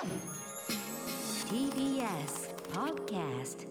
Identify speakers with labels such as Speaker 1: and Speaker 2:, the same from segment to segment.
Speaker 1: TBS Podcast。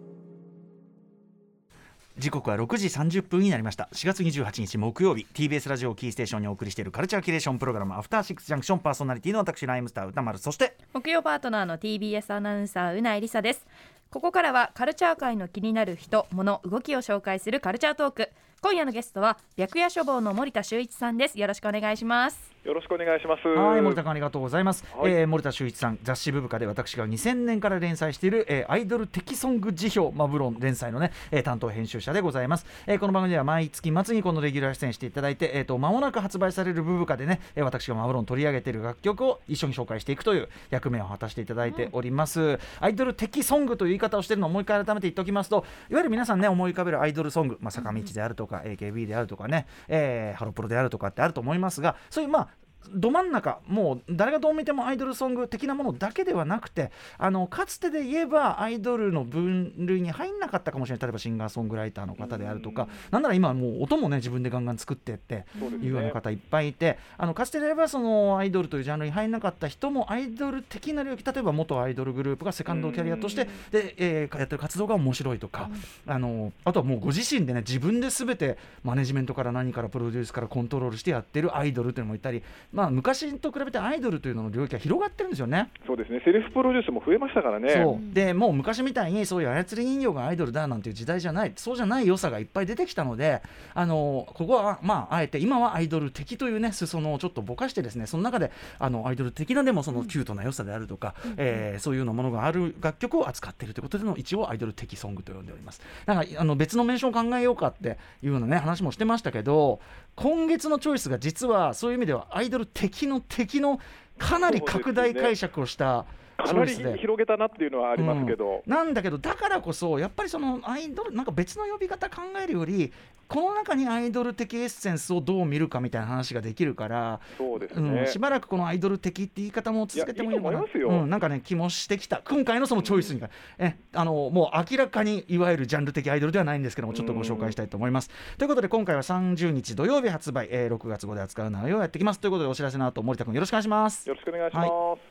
Speaker 2: 時刻は6時30分になりました。4月28日木曜日、 TBS ラジオキーステーションにお送りしているカルチャーキュレーションプログラムアフターシックスジャンクション、パーソナリティの私ライムスター歌丸、そして
Speaker 3: 木曜パートナーの TBS アナウンサーうないりさです。ここからはカルチャー界の気になる人、物、動きを紹介するカルチャートーク。今夜のゲストは白夜書房の森田修一さんです。よろしくお願いします。
Speaker 4: よろしくお願いします。
Speaker 2: はい、森田君ありがとうございます、
Speaker 4: はい。
Speaker 2: 森田修一さん、雑誌ブブカで私が2000年から連載している、アイドル的ソング辞表マブロン連載のね、担当編集者でございます。この番組では毎月末にこのレギュラー出演していただいて、間もなく発売されるブブカでね、私がマブロン取り上げている楽曲を一緒に紹介していくという役目を果たしていただいております、アイドル的ソングという言い方をしているのをもう一回改めて言っておきますと、いわゆる皆さんね思い浮かべるアイドルソング、坂道であるとか AKB であるとかね、ハロプロであるとかってあると思いますが、そういうど真ん中、もう誰がどう見てもアイドルソング的なものだけではなくて、かつてで言えばアイドルの分類に入んなかったかもしれない、例えばシンガーソングライターの方であるとか、なんなら今はもう音もね自分でガンガン作ってっていうような方いっぱいいて、かつてで言えばそのアイドルというジャンルに入んなかった人もアイドル的な領域、例えば元アイドルグループがセカンドキャリアとしてで、やってる活動が面白いとか、あとはもうご自身でね自分で全てマネジメントから何からプロデュースからコントロールしてやってるアイドルというのもいたり、昔と比べてアイドルというのの領域が広がってるんですよね。
Speaker 4: そうですね、セルフプロデュースも増えましたからね。
Speaker 2: そうで、もう昔みたいにそういう操り人形がアイドルだなんていう時代じゃない、そうじゃない良さがいっぱい出てきたので、ここはあえて今はアイドル的というね裾野をちょっとぼかしてですね、その中でアイドル的なでもそのキュートな良さであるとか、そういうようなものがある楽曲を扱っているということでの一応アイドル的ソングと呼んでおります。だから別の名称を考えようかっていうようなね話もしてましたけど、今月のチョイスが実はそういう意味ではアイドル的のかなり拡大解釈をした
Speaker 4: かなり広げたなっていうのはありますけど、
Speaker 2: なんだけどだからこそやっぱりそのアイドルなんか別の呼び方考えるより、この中にアイドル的エッセンスをどう見るかみたいな話ができるから、
Speaker 4: そうですね、
Speaker 2: しばらくこのアイドル的って言い方も続けてもいいのかな、
Speaker 4: いいと思いますよ。
Speaker 2: なんかね気もしてきた今回のそのチョイスに、もう明らかにいわゆるジャンル的アイドルではないんですけども、ちょっとご紹介したいと思います。ということで今回は30日土曜日発売、6月号で扱う内容をやってきます。ということでお知らせの後森田君よろしくお願いします。
Speaker 4: よろしくお願いします、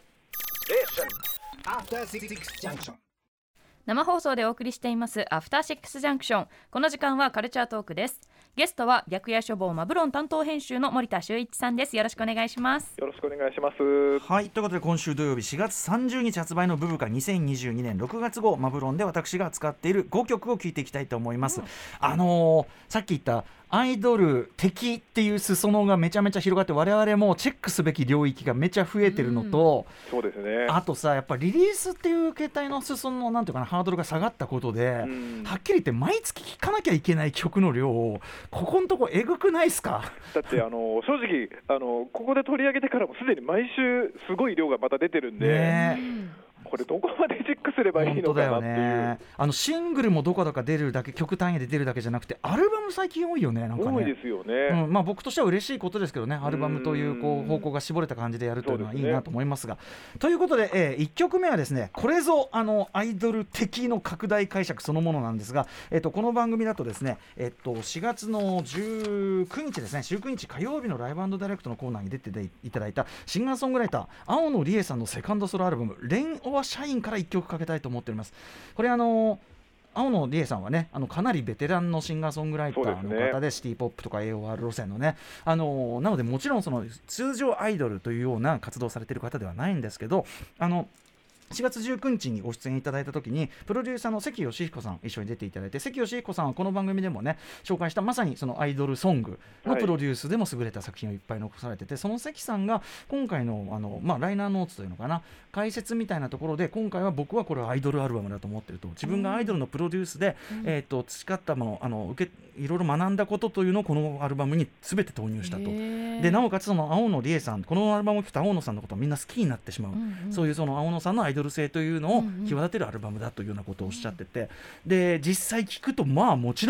Speaker 1: After Six Junction。
Speaker 3: 生放送でお送りしていますアフターシックスジャンクション。この時間はカルチャートークです。ゲストは白夜書房マブロン担当編集の森田修一さんです。よろしくお願いします。
Speaker 4: よろしくお願いします。
Speaker 2: はい、ということで今週土曜日4月30日発売のブブカ2022年6月号マブロンで私が扱っている5曲を聴いていきたいと思います。さっき言ったアイドル的っていう裾野がめちゃめちゃ広がって、我々もチェックすべき領域がめちゃ増えてるのと、
Speaker 4: そうですね、
Speaker 2: あとさやっぱリリースっていう形態の裾野のなんていうかなハードルが下がったことで、はっきり言って毎月聴かなきゃいけない曲の量をここのとこえぐくないですか。
Speaker 4: だって正直ここで取り上げてからもすでに毎週すごい量がまた出てるんで、これどこまでチェックすればいいのかなっていう。
Speaker 2: 本当だよね、シングルもどこだか出るだけ、曲単位で出るだけじゃなくてアルバム最近多いよね。なんかね
Speaker 4: 多いですよね、
Speaker 2: 僕としては嬉しいことですけどね、アルバムという方向が絞れた感じでやるというのはいいなと思いますが、ということで、1曲目はですね、これぞアイドル的の拡大解釈そのものなんですが、この番組だとですね、4月の19日ですね、19日火曜日のライブ&ダイレクトのコーナーに出ていただいたシンガーソングライター青野理恵さんのセカンドソロアルバムレインオアシャインから1曲かけたいと思っております。これ青野理恵さんはねかなりベテランのシンガーソングライターの方で、シティポップとか AOR 路線のねなのでもちろんその通常アイドルというような活動されている方ではないんですけど、4月19日にご出演いただいた時にプロデューサーの関義彦さん一緒に出ていただいて、関義彦さんはこの番組でもね紹介したまさにそのアイドルソングのプロデュースでも優れた作品をいっぱい残されてて、その関さんが今回のライナーノーツというのかな解説みたいなところで、今回は僕はこれはアイドルアルバムだと思ってると、自分がアイドルのプロデュースで、培ったものいろいろ学んだことというのをこのアルバムに全て投入したと。でなおかつその青野理恵さん、このアルバムを聴くと青野さんのことをみんな好きになってしまう、そういうその青野さんのアイドル性というのを際立てるアルバムだというようなことをおっしゃってて、で実際聴くともちろん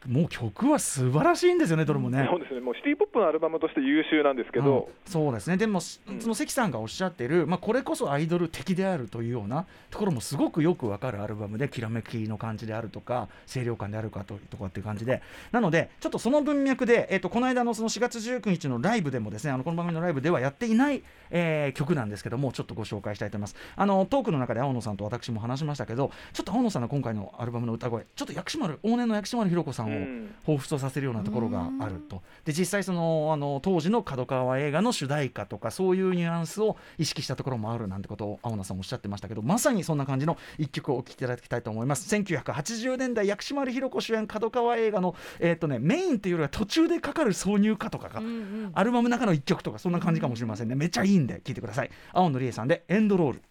Speaker 2: もう曲は素晴らしいんですよね、どれもね。
Speaker 4: そうですね、もうシティポップのアルバムとして優秀なんですけど、
Speaker 2: そうですね。でもその関さんがおっしゃってる、これこそアイドル的であるというようなところもすごくよくわかるアルバムで、きらめきの感じであるとか清涼感であるかとかっていう感じで、なのでちょっとその文脈で、この間のその4月19日のライブでもですね、この番組のライブではやっていない、曲なんですけども、ちょっとご紹介したいと思います。トークの中で青野さんと私も話しましたけど、ちょっと青野さんの今回のアルバムの歌声、ちょっと往年の薬師丸ひろ子さんを彷彿とさせるようなところがあると。で実際その当時の角川映画の主題歌とかそういうニュアンスを意識したところもあるなんてことを青野さんおっしゃってましたけど、まさにそんな感じの一曲をお聴きいただきたいと思います。1980年代薬師丸ひろ子主演角川映画の、メインというよりは途中でかかる挿入歌とかが、アルバムの中の一曲とかそんな感じかもしれませんね。めっちゃいいんで聴いてください。青野理恵さんでエンドロール。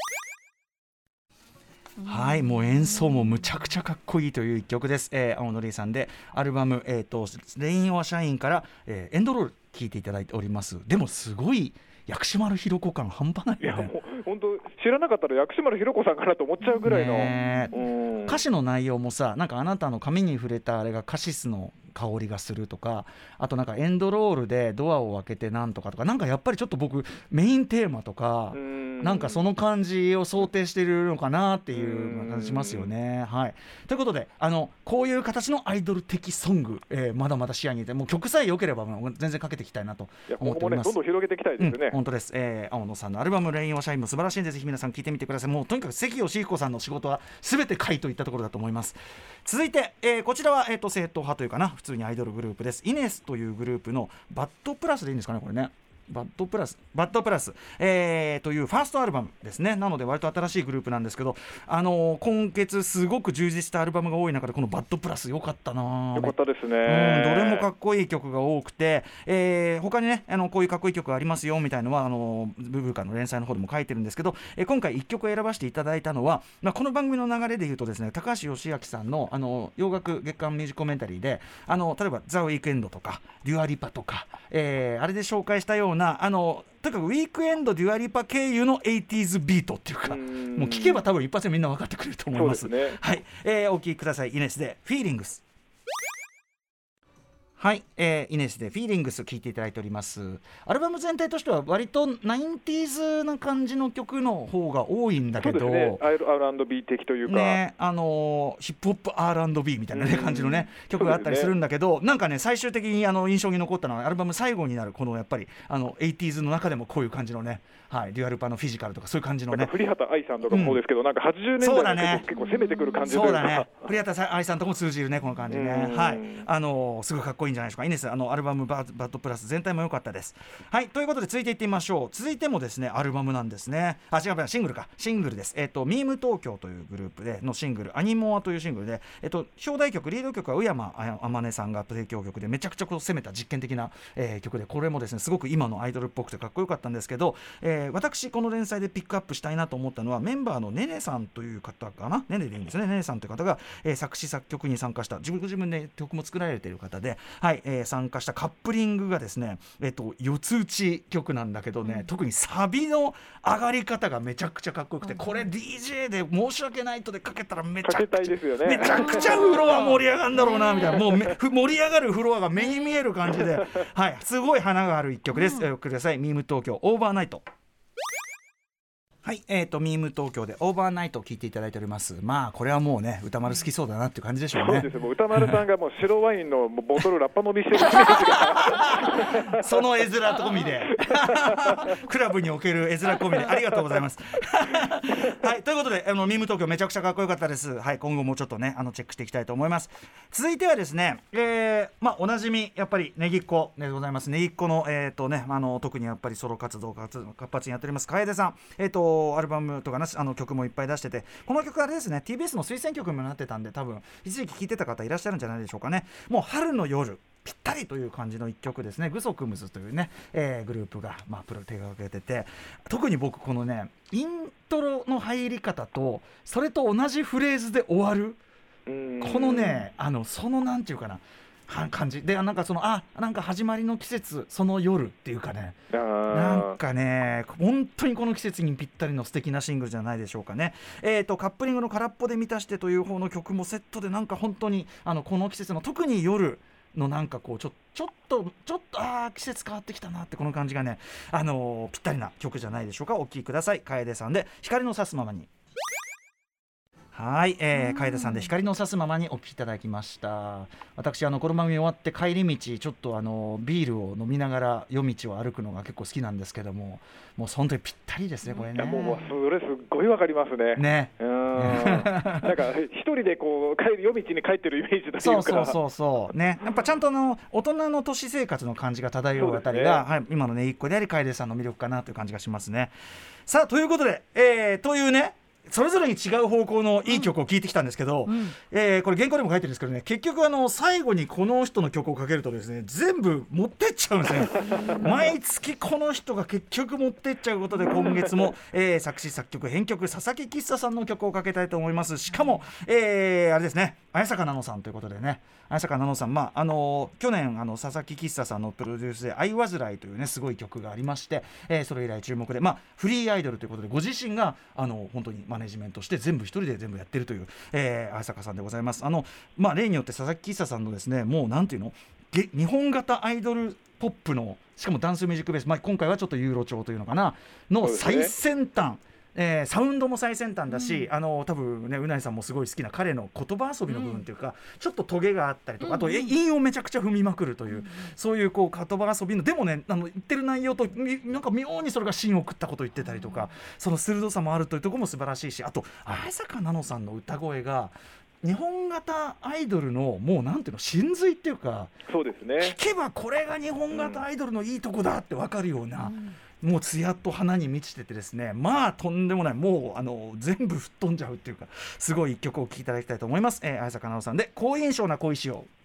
Speaker 2: はい、もう演奏もむちゃくちゃかっこいいという一曲です。青野理恵さんでアルバム、レインオアシャインから、エンドロール聴いていただいております。でもすごい薬師丸ひろ子感半端ないよね。
Speaker 4: いやもう本当知らなかったら薬師丸ひろ子さんかなと思っちゃうぐらいの、
Speaker 2: 歌詞の内容もさ、なんかあなたの髪に触れたあれがカシスの香りがするとか、あとなんかエンドロールでドアを開けてなんとかとか、なんかやっぱりちょっと僕メインテーマとかなんかその感じを想定しているのかなっていう感じしますよね。はい、ということでこういう形のアイドル的ソング、まだまだ視野にいて、もう曲さえ良ければもう全然かけていきたいなと思っております。
Speaker 4: 今後もねどんどん広げていきたいですよね。
Speaker 2: 本当です。青野さんのアルバムレインオアシャインも素晴らしいんで、ぜひ皆さん聴いてみてください。もうとにかく関義彦さんの仕事は全て回といったところだと思います。続いて、こちらは、正統派というかな、普通にアイドルグループです。イネスというグループのバッドプラスでいいんですかね、これね。バッドプラス、というファーストアルバムですね。なので割と新しいグループなんですけど、今月すごく充実したアルバムが多い中でこのバッドプラス良かったな。
Speaker 4: 良かったですね。
Speaker 2: どれもかっこいい曲が多くて、他にねこういうかっこいい曲がありますよみたいのはブブカの連載の方でも書いてるんですけど、今回1曲選ばせていただいたのは、この番組の流れで言うとですね、高橋義明さんの洋楽月間ミュージックコメンタリーで例えばザ・ウィークエンドとかデュアリパとか、あれで紹介したようなとにかくウィークエンドデュアリパ経由の 80s ビートっていうか、もう聞けば多分一発でみんな分かってくれると思います。
Speaker 4: そうですね。
Speaker 2: はい、お聴きください。イネスでフィーリングス。はい、イネスでフィーリングス聴いていただいております。アルバム全体としては割と 90s な感じの曲の方が多いんだけど、
Speaker 4: そうですね、R&B 的というか、
Speaker 2: ね、ヒップホップ R&B みたいな、ね、感じのね曲があったりするんだけど、なんかね最終的に印象に残ったのはアルバム最後になるこのやっぱり80s の中でもこういう感じのね、はい、デュアルパのフィジカルとかそういう感じのね、
Speaker 4: 栗畑愛さんとかもそうですけど、なんか80年代の結構攻めてくる感じというか、
Speaker 2: そうだね、栗畑愛さんとも通じるねこの感じね。はい、すごいかっこいいんじゃないでしょうか。いいです。アルバムバッドプラス全体も良かったです。はい、ということで続いていってみましょう。続いてもですねアルバムなんですね。シングルです。ミーム東京というグループでのシングル、アニモアというシングルで、表題曲リード曲は宇山天音さんが提供曲で、めちゃくちゃこう攻めた実験的な、曲で、これもですねすごく今のアイドルっぽくてかっこよかったんですけど、私この連載でピックアップしたいなと思ったのはメンバーのねねさんという方かな、ねねでいいんですね。ねねさんという方が、作詞作曲に参加した、自分で曲も作られている方で、はい、参加したカップリングがですね、四つ打ち曲なんだけどね、特にサビの上がり方がめちゃくちゃかっこよくて、これ DJ で申し訳ないとでかけたらめちゃくちゃフロア盛り上がるんだろうなみたいな、もう盛り上がるフロアが目に見える感じで、はい、すごい花がある一曲です。ください。ミーム東京オーバーナイト。はい、ミーム東京でオーバーナイトを聴いていただいております。まあこれはもうね歌丸好きそうだなっていう感じでしょうね。
Speaker 4: そうです。もう歌丸さんがもう白ワインのボトルラッパ飲みしてるイメージが
Speaker 2: その絵面込みでクラブにおける絵面込みでありがとうございますはい、ということでミーム東京めちゃくちゃかっこよかったです。はい、今後もちょっとねチェックしていきたいと思います。続いてはですね、おなじみやっぱりねぎっこでございます。ねぎっこの特にやっぱりソロ活動活発にやっております楓さん、アルバムとか曲もいっぱい出してて、この曲あれですね TBS の推薦曲にもなってたんで、多分一時期聴いてた方いらっしゃるんじゃないでしょうかね。もう春の夜ぴったりという感じの一曲ですね。グソクムズというね、グループが、プロ手がけてて、特に僕このねイントロの入り方とそれと同じフレーズで終わるこのねそのなんていうかな、 感じで、なんかそのなんか始まりの季節その夜っていうかね、なんかね本当にこの季節にぴったりの素敵なシングルじゃないでしょうかね。カップリングの空っぽで満たしてという方の曲もセットでなんか本当にこの季節の特に夜のなんかこうちょっと季節変わってきたなってこの感じがねぴったりな曲じゃないでしょうか。お聴きください。楓さんで光の差すままに。はい、楓さんで光の差すままにお聴きいただきました。私この番組終わって帰り道ちょっとビールを飲みながら夜道を歩くのが結構好きなんですけども、もう本当にぴったりですねこれね。
Speaker 4: もうそれすっごいわかりますね。なんか一人でこう夜道に帰ってるイメージというか、
Speaker 2: そうね、やっぱちゃんと大人の都市生活の感じが漂うあたりが、はい、今のね一個であり楓さんの魅力かなという感じがしますね。さあということで、というねそれぞれに違う方向のいい曲を聴いてきたんですけど、これ原稿でも書いてるんですけどね、結局最後にこの人の曲をかけるとですね全部持ってっちゃうんですね毎月この人が結局持ってっちゃうことで、今月も、作詞作曲編曲佐々木喫茶さんの曲をかけたいと思います。しかも、あれですね、綾坂奈乃さんということでね、綾坂奈乃さん、去年佐々木喫茶さんのプロデュースで愛わずらいというねすごい曲がありまして、それ以来注目で、フリーアイドルということでご自身が本当にマネジメントして全部一人で全部やってるという、綾坂さんでございます。例によって佐々木喫茶さんのですね、もうなんていうの日本型アイドルポップの、しかもダンスミュージックベース、今回はちょっとユーロ調というのかなの最先端、サウンドも最先端だし、多分ねうないさんもすごい好きな彼の言葉遊びの部分というか、ちょっとトゲがあったりとか、あと韻をめちゃくちゃ踏みまくるという、そういう言葉遊びのでもね言ってる内容となんか妙にそれが芯を食ったことを言ってたりとか、その鋭さもあるというところも素晴らしいし、あと綾坂奈乃さんの歌声が日本型アイドルのもうなんていうの真髄っていうか、
Speaker 4: そうですね、
Speaker 2: 聞けばこれが日本型アイドルのいいとこだって分かるような、もう艶と花に満ちててですね、とんでもない、もう全部吹っ飛んじゃうっていうか、すごい一曲を聴きいただきたいと思います。綾坂奈乃さんで好印象な恋しよう。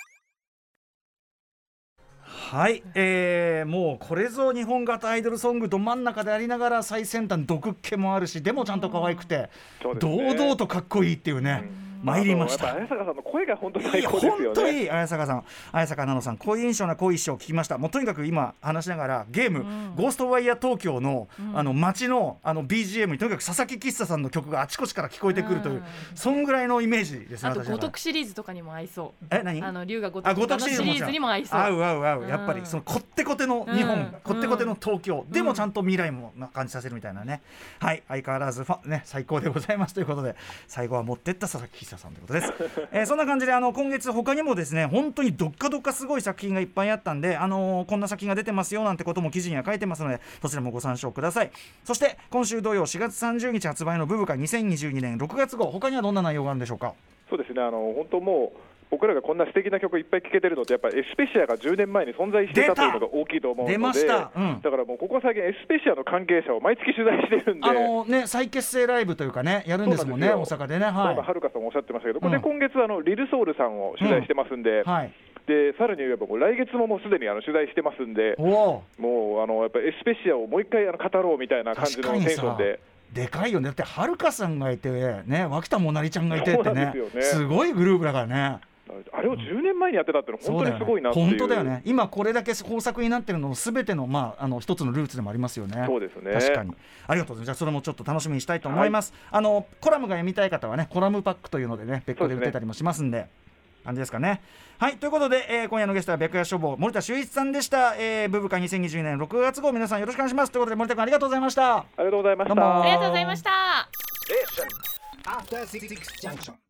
Speaker 2: はい、もうこれぞ日本型アイドルソングど真ん中でありながら最先端毒っ気もあるし、でもちゃんと可愛くて、堂々とかっこいいっていうね、参りました。
Speaker 4: 綾坂さんの声が本当に最高ですよね。
Speaker 2: 本当にいい綾坂奈乃さん、好印象な好一生を聞きました。もうとにかく今話しながらゲーム、ゴーストワイヤー東京の街のBGM にとにかく佐々木喫茶さんの曲があちこちから聞こえてくるという、そんぐらいのイメージですね。
Speaker 3: あと五徳シリーズとかにも合いそう。
Speaker 2: 何？
Speaker 3: 龍が五徳シリーズにも合いそう。
Speaker 2: 合うやっぱりそのこってこての日本、こってこての東京、でもちゃんと未来も感じさせるみたいなね。はい、相変わらず最高でございますということで、最後は持ってった佐々木喫茶さんということです。そんな感じで今月他にもですね本当にどっかどっかすごい作品がいっぱいあったんで、こんな作品が出てますよなんてことも記事には書いてますので、そちらもご参照ください。そして今週土曜4月30日発売のブブカ2022年6月号、他にはどんな内容があるんでしょうか。
Speaker 4: そうですね、本当もう僕らがこんな素敵な曲いっぱい聴けてるのって、やっぱりエスペシアが10年前に存在していたというのが大きいと思うので、
Speaker 2: 出ました、だ
Speaker 4: からもうここ最近エスペシアの関係者を毎月取材してるんで、
Speaker 2: 再結成ライブというかねやるんですもんね、大阪でね。はい、
Speaker 4: はるかさんもおっしゃってましたけど、これで今月リルソールさんを取材してますんで、でさらに言えばもう来月ももうすでに取材してますんで、もうやっぱりエスペシアをもう一回語ろうみたいな感じのテンションで。
Speaker 2: でかいよね。だってはるかさんがいてね、脇田もなりちゃんがいてってね、すごいグループだからね。
Speaker 4: あれを10年前にやってたってのは本当にすごいなっていう。
Speaker 2: 本当だよね。今これだけ豊作になってるのの全ての一つのルーツでもありますよね。
Speaker 4: そうですね。
Speaker 2: 確かに。ありがとうございます。じゃあそれもちょっと楽しみにしたいと思います。コラムが読みたい方はね、コラムパックというのでね別個で売ってたりもしますんで。感じですかね。はい、ということで、今夜のゲストは白夜書房森田修一さんでした。ブブカ2020年6月号、皆さんよろしくお願いします。ということで森田君ありがとうございました。
Speaker 4: ありがとうございました。
Speaker 3: ありがとうございました。
Speaker 1: After 66 junction.